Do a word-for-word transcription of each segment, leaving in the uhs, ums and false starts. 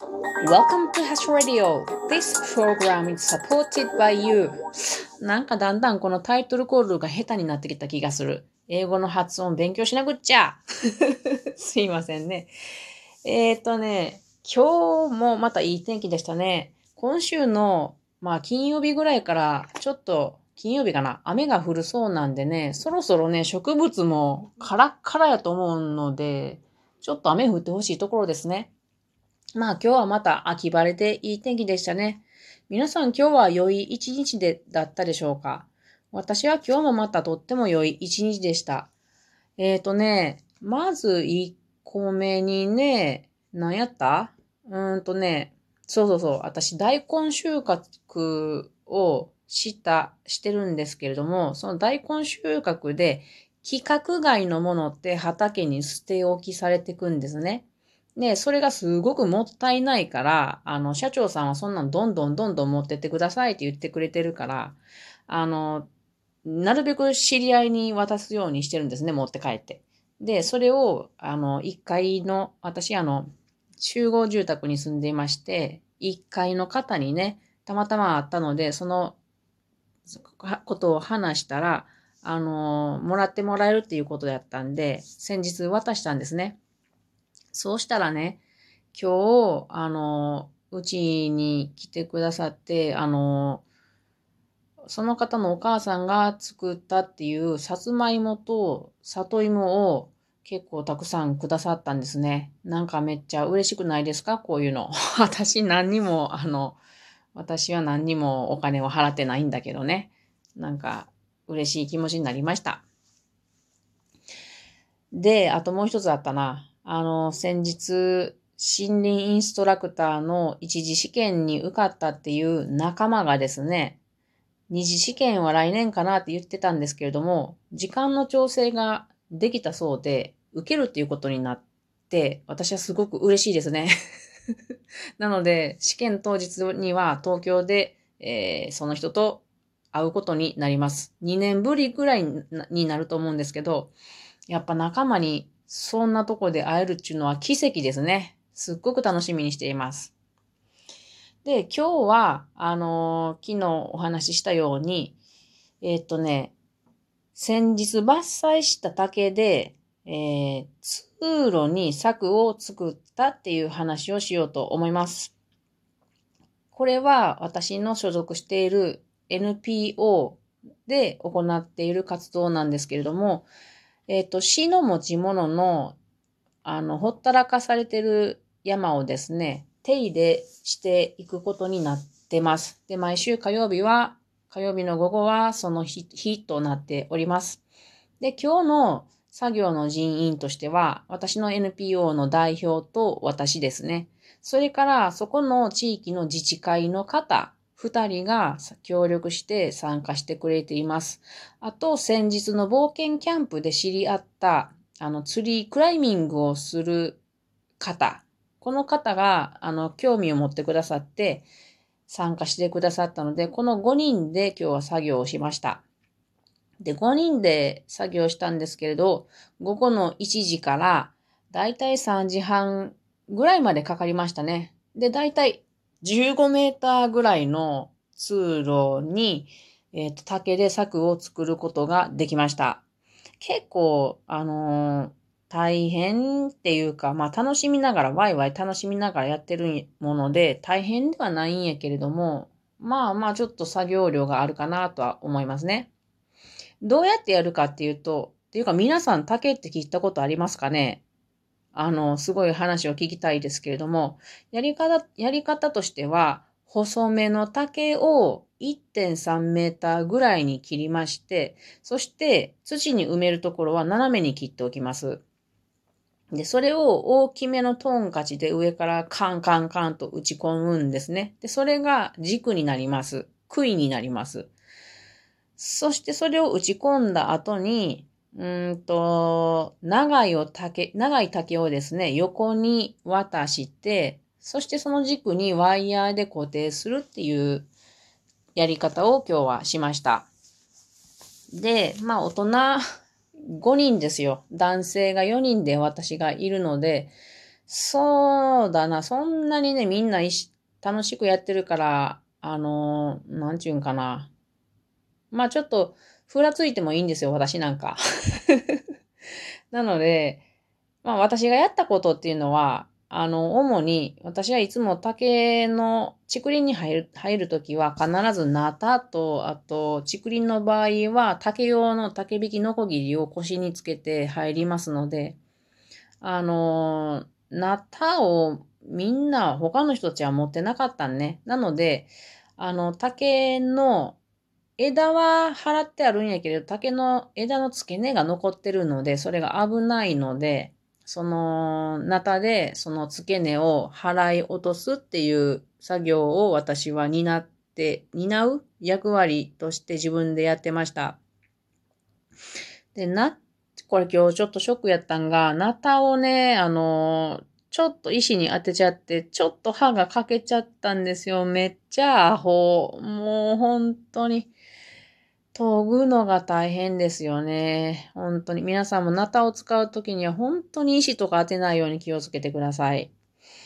Welcome to Hash Radio. This program is supported by you. なんかだんだんこのタイトルコールが下手になってきた気がする。英語の発音勉強しなくっちゃ。すいませんね。えっとね、今日もまたいい天気でしたね。今週の、まあ金曜日ぐらいからちょっと金曜日かな、雨が降るそうなんでね、そろそろね、植物もカラッカラやと思うので、ちょっと雨降ってほしいところですね。まあ今日はまた秋晴れでいい天気でしたね。皆さん今日は良い一日でだったでしょうか？私は今日もまたとっても良い一日でした。えっとね、まず一個目にね、何やったうーんとね、そうそうそう、私大根収穫をした、してるんですけれども、その大根収穫で規格外のものって畑に捨て置きされていくんですね。で、それがすごくもったいないから、あの、社長さんはそんなんどんどんどんどん持ってってくださいって言ってくれてるから、あの、なるべく知り合いに渡すようにしてるんですね、持って帰って。で、それを、あの、いっかいの、私、あの、集合住宅に住んでいまして、いっかいの方にね、たまたま会ったので、そのことを話したら、あの、もらってもらえるっていうことだったんで、先日渡したんですね。そうしたらね、今日、あの、うちに来てくださって、あの、その方のお母さんが作ったっていうさつまいもと里芋を結構たくさんくださったんですね。なんかめっちゃ嬉しくないですか？こういうの。私何にも、あの、私は何にもお金を払ってないんだけどね。なんか嬉しい気持ちになりました。で、あともう一つあったな。あの、先日、森林インストラクターの一次試験に受かったっていう仲間がですね、二次試験は来年かなって言ってたんですけれども、時間の調整ができたそうで、受けるっていうことになって、私はすごく嬉しいですね。なので、試験当日には東京で、えーその人と会うことになります。にねんぶりぐらいになると思うんですけど、やっぱ仲間にそんなとこで会えるっていうのは奇跡ですね。すっごく楽しみにしています。で、今日は、あのー昨日お話ししたように、えーっとね、先日伐採した竹で、えー通路に柵を作ったっていう話をしようと思います。これは私の所属している エヌピーオー で行っている活動なんですけれども、えっと、市の持ち物の、あの、ほったらかされてる山をですね、手入れしていくことになってます。で、毎週火曜日は、火曜日の午後はその日、日となっております。で、今日の作業の人員としては、私の エヌピーオー の代表と私ですね。それから、そこの地域の自治会の方、二人が協力して参加してくれています。あと、先日の冒険キャンプで知り合った、あの、ツリークライミングをする方。この方が、あの、興味を持ってくださって、参加してくださったので、このごにんで今日は作業をしました。で、ごにんで作業したんですけれど、午後のいちじからだいたいさんじはんぐらいまでかかりましたね。で、だいたいじゅうごメーターぐらいの通路に、えっと、竹で柵を作ることができました。結構、あのー大変っていうか、まあ楽しみながら、ワイワイ楽しみながらやってるもので、大変ではないんやけれども、まあまあちょっと作業量があるかなとは思いますね。どうやってやるかっていうと、っていうか皆さん竹って聞いたことありますかね？あの、すごい話を聞きたいですけれども、やり方、やり方としては、細めの竹をいってんさんメーターぐらいに切りまして、そして土に埋めるところは斜めに切っておきます。で、それを大きめのトンカチで上からカンカンカンと打ち込むんですね。で、それが軸になります。杭になります。そしてそれを打ち込んだ後に、うーんと、長いを竹、長い竹をですね、横に渡して、そしてその軸にワイヤーで固定するっていうやり方を今日はしました。で、まあ大人ごにんですよ。男性がよにんで私がいるので、 そうだな。そんなにね、みんないし楽しくやってるから、あのーなんちゅうんかな。まあちょっと、ふらついてもいいんですよ、私なんか。なので、まあ私がやったことっていうのは、あの、主に、私はいつも竹の竹林に入る、入るときは必ずナタと、あと、竹林の場合は竹用の竹引きノコギリを腰につけて入りますので、あの、ナタをみんな他の人たちは持ってなかったんね。なので、あの、竹の枝は払ってあるんやけれど、竹の枝の付け根が残ってるので、それが危ないので、その、ナタでその付け根を払い落とすっていう作業を私は担って、担う役割として自分でやってました。で、な、これ今日ちょっとショックやったんが、ナタをね、あの、ちょっと石に当てちゃって、ちょっと歯が欠けちゃったんですよ。めっちゃアホ。もう本当に。研ぐのが大変ですよね。本当に。皆さんもナタを使うときには本当に石とか当てないように気をつけてください。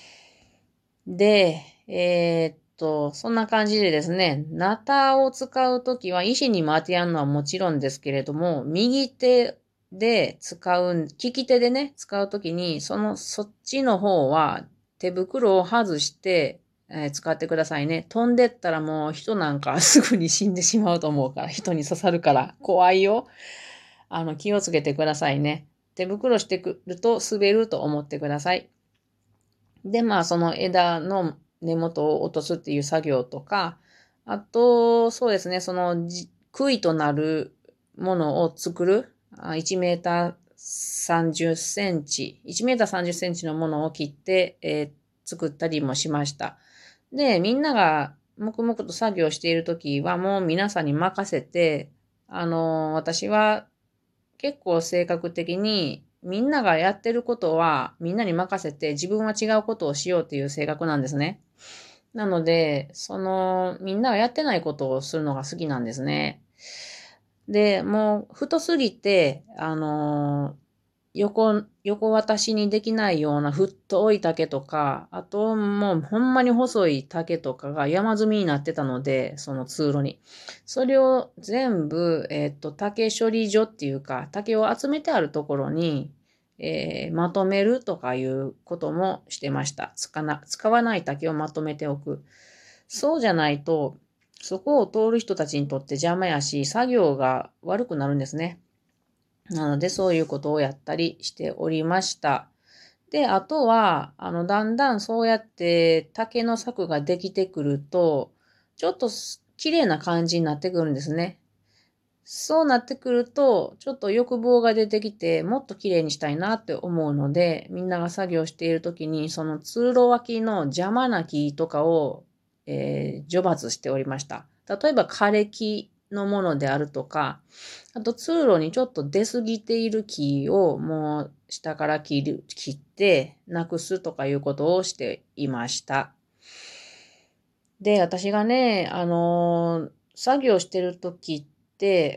で、えーっと、そんな感じでですね、ナタを使うときは石にも当てやるのはもちろんですけれども、右手で使う、利き手でね、使うときに、その、そっちの方は手袋を外して、えー使ってくださいね。飛んでったらもう人なんかすぐに死んでしまうと思うから、人に刺さるから怖いよ。あの、気をつけてくださいね。手袋してくると滑ると思ってください。で、まあ、その枝の根元を落とすっていう作業とか、あと、そうですね、そのじ杭となるものを作る、あいちメーターさんじゅっセンチ、いちメーターさんじゅっセンチのものを切って、えー作ったりもしました。で、みんなが黙々と作業しているときはもう皆さんに任せて、あの、私は結構性格的に、みんながやってることはみんなに任せて自分は違うことをしようっていう性格なんですね。なので、その、みんながやってないことをするのが好きなんですね。で、もう、太すぎて、あのー横、横渡しにできないような太い竹とか、あともうほんまに細い竹とかが山積みになってたので、その通路に。それを全部、えっと、竹処理所っていうか、竹を集めてあるところに、えーまとめるとかいうこともしてました。使な、使わない竹をまとめておく。そうじゃないと、そこを通る人たちにとって邪魔やし、作業が悪くなるんですね。なので、そういうことをやったりしておりました。で、あとは、あの、だんだんそうやって竹の柵ができてくると、ちょっと綺麗な感じになってくるんですね。そうなってくると、ちょっと欲望が出てきて、もっと綺麗にしたいなって思うので、みんなが作業しているときに、その通路脇の邪魔な木とかを、えー除抜しておりました。例えば枯れ木のものであるとか、あと通路にちょっと出過ぎている木をもう下から切る、切ってなくすとかいうことをしていました。で、私がね、あのー作業してる時って、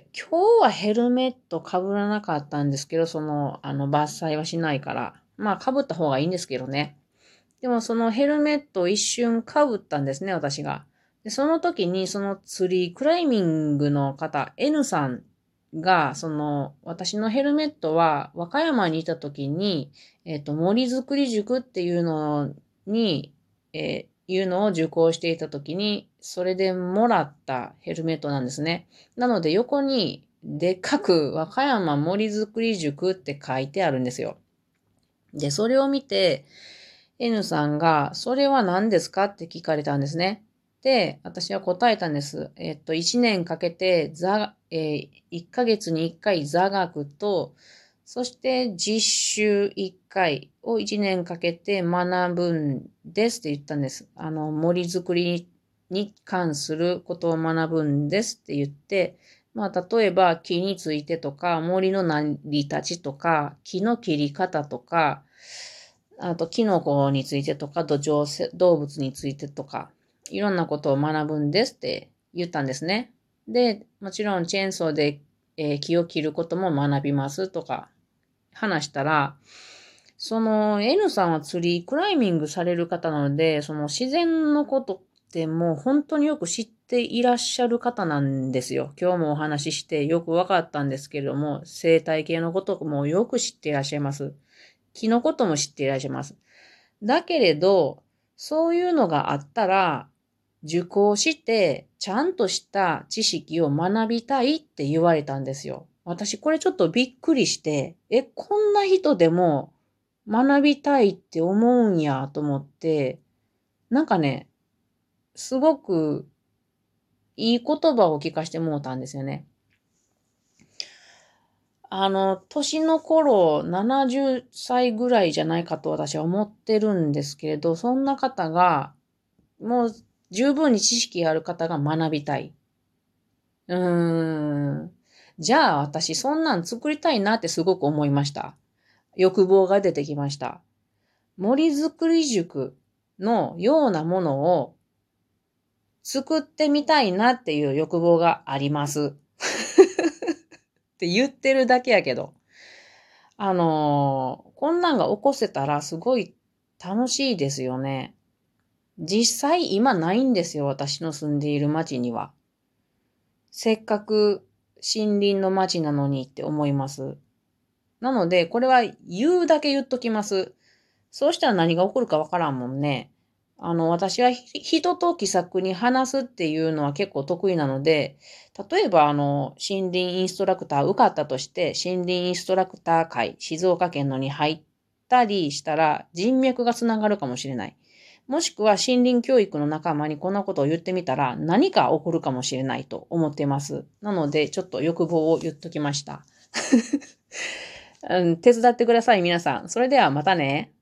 今日はヘルメット被らなかったんですけど、その、あの、伐採はしないから。まあ、被った方がいいんですけどね。でも、そのヘルメットを一瞬被ったんですね、私が。で、その時に、そのツリークライミングの方、N さんが、その、私のヘルメットは、和歌山にいた時に、えっと、森づくり塾っていうのに、えーいうのを受講していた時に、それでもらったヘルメットなんですね。なので、横に、でっかく、和歌山森づくり塾って書いてあるんですよ。で、それを見て、N さんが、それは何ですかって聞かれたんですね。で、私は答えたんです。えっと、いちねんかけて、座、えー、いっかげつにいっかい座学と、そして実習いっかいをいちねんかけて学ぶんですって言ったんです。あの、森づくりに関することを学ぶんですって言って、まあ、例えば木についてとか、森の成り立ちとか、木の切り方とか、あと、キノコについてとか、土壌動物についてとか、いろんなことを学ぶんですって言ったんですね。で、もちろんチェーンソーで、えー木を切ることも学びますとか話したら、 その N さんはツリークライミングされる方なので、その自然のことってもう本当によく知っていらっしゃる方なんですよ。今日もお話ししてよくわかったんですけれども、生態系のこともよく知っていらっしゃいます。木のことも知っていらっしゃいます。だけれど、そういうのがあったら、受講して、ちゃんとした知識を学びたいって言われたんですよ。私これちょっとびっくりして、え、こんな人でも学びたいって思うんやと思って、なんかね、すごくいい言葉を聞かしてもうたんですよね。あの、年の頃、ななじゅっさいぐらいじゃないかと私は思ってるんですけれど、そんな方が、もう十分に知識ある方が学びたい。うーん。じゃあ私そんなん作りたいなってすごく思いました。欲望が出てきました。森づくり塾のようなものを作ってみたいなっていう欲望があります。って言ってるだけやけど。あのーこんなんが起こせたらすごい楽しいですよね。実際今ないんですよ、私の住んでいる町には。せっかく森林の町なのにって思います。なので、これは言うだけ言っときます。そうしたら何が起こるかわからんもんね。あの、私は人と気さくに話すっていうのは結構得意なので、例えばあの、森林インストラクター受かったとして、森林インストラクター会、静岡県のに入ったりしたら人脈がつながるかもしれない。もしくは森林教育の仲間にこんなことを言ってみたら何か起こるかもしれないと思っています。なので、ちょっと欲望を言っときました。うん、手伝ってください、皆さん。それではまたね。